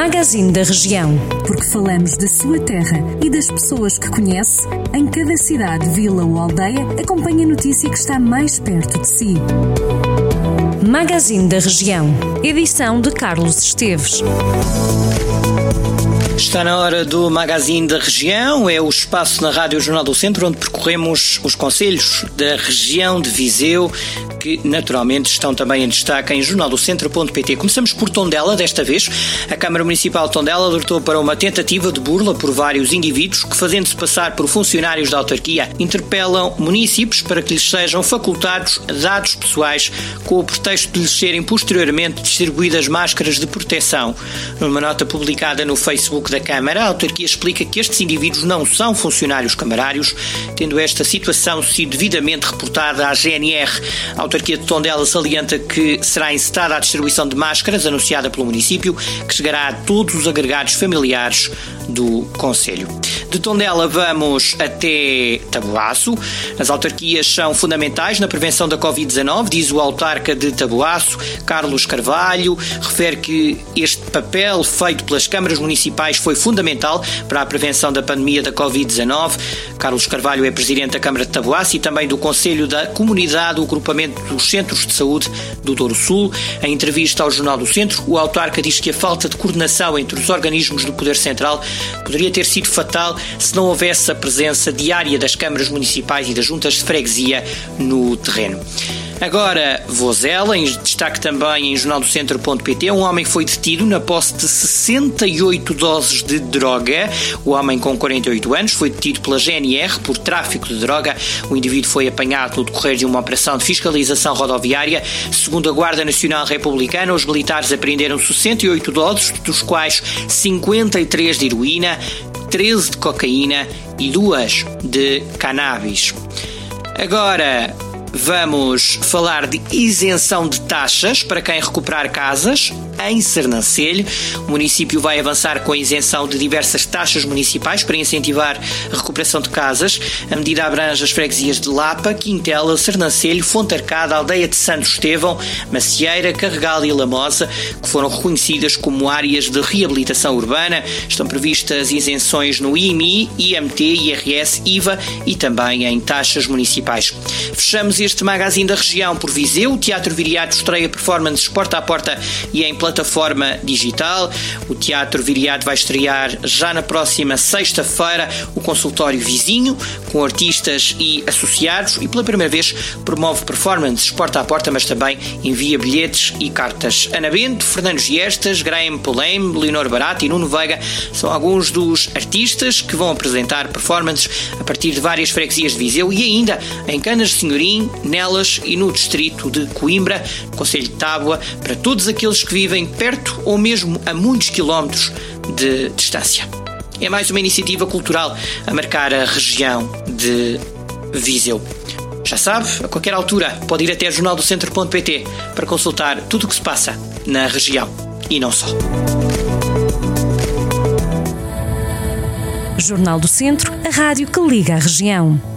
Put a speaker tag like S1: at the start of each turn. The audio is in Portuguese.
S1: Magazine da Região.
S2: Porque falamos da sua terra e das pessoas que conhece, em cada cidade, vila ou aldeia, acompanhe a notícia que está mais perto de si.
S1: Magazine da Região. Edição de Carlos Esteves.
S3: Está na hora do Magazine da Região, é o espaço na Rádio Jornal do Centro onde percorremos os concelhos da região de Viseu, que naturalmente estão também em destaque em jornaldocentro.pt. Começamos por Tondela, desta vez. A Câmara Municipal de Tondela alertou para uma tentativa de burla por vários indivíduos que, fazendo-se passar por funcionários da autarquia, interpelam municípios para que lhes sejam facultados dados pessoais com o pretexto de lhes serem posteriormente distribuídas máscaras de proteção. Numa nota publicada no Facebook da Câmara, a autarquia explica que estes indivíduos não são funcionários camarários, tendo esta situação sido devidamente reportada à GNR. A autarquia de Tondela salienta que será encetada a distribuição de máscaras anunciada pelo município, que chegará a todos os agregados familiares do concelho. De Tondela vamos até Taboaço. As autarquias são fundamentais na prevenção da Covid-19, diz o autarca de Taboaço, Carlos Carvalho. Refere que este papel feito pelas câmaras municipais foi fundamental para a prevenção da pandemia da Covid-19. Carlos Carvalho é presidente da Câmara de Taboaço e também do Conselho da Comunidade do Agrupamento dos Centros de Saúde do Douro Sul. Em entrevista ao Jornal do Centro, o autarca diz que a falta de coordenação entre os organismos do Poder Central poderia ter sido fatal se não houvesse a presença diária das câmaras municipais e das juntas de freguesia no terreno. Agora, Vozela, em destaque também em jornaldocentro.pt, um homem foi detido na posse de 68 doses de droga. O homem, com 48 anos, foi detido pela GNR por tráfico de droga. O indivíduo foi apanhado no decorrer de uma operação de fiscalização rodoviária. Segundo a Guarda Nacional Republicana, os militares apreenderam 68 doses, dos quais 53 de heroína, 13 de cocaína e 2 de cannabis. Agora, vamos falar de isenção de taxas para quem recuperar casas em Sernancelho. O município vai avançar com a isenção de diversas taxas municipais para incentivar a recuperação de casas. A medida abrange as freguesias de Lapa, Quintela, Sernancelho, Fontarcada, Aldeia de Santo Estevão, Macieira, Carregal e Lamosa, que foram reconhecidas como áreas de reabilitação urbana. Estão previstas isenções no IMI, IMT, IRS, IVA e também em taxas municipais. Fechamos este Magazine da Região por Viseu. O Teatro Viriato estreia performances porta a porta e em plataforma digital. O Teatro Viriato vai estrear já na próxima sexta-feira o consultório Vizinho, com artistas e associados, e pela primeira vez promove performances porta a porta, mas também envia bilhetes e cartas. Ana Bento, Fernando Giestas, Graham Polem, Leonor Barata e Nuno Veiga são alguns dos artistas que vão apresentar performances a partir de várias freguesias de Viseu e ainda em Canas de Senhorim, Nelas e no distrito de Coimbra, no concelho de Tábua, para todos aqueles que vivem perto ou mesmo a muitos quilómetros de distância. É mais uma iniciativa cultural a marcar a região de Viseu. Já sabe, a qualquer altura pode ir até jornaldocentro.pt para consultar tudo o que se passa na região e não só.
S1: Jornal do Centro, a rádio que liga a região.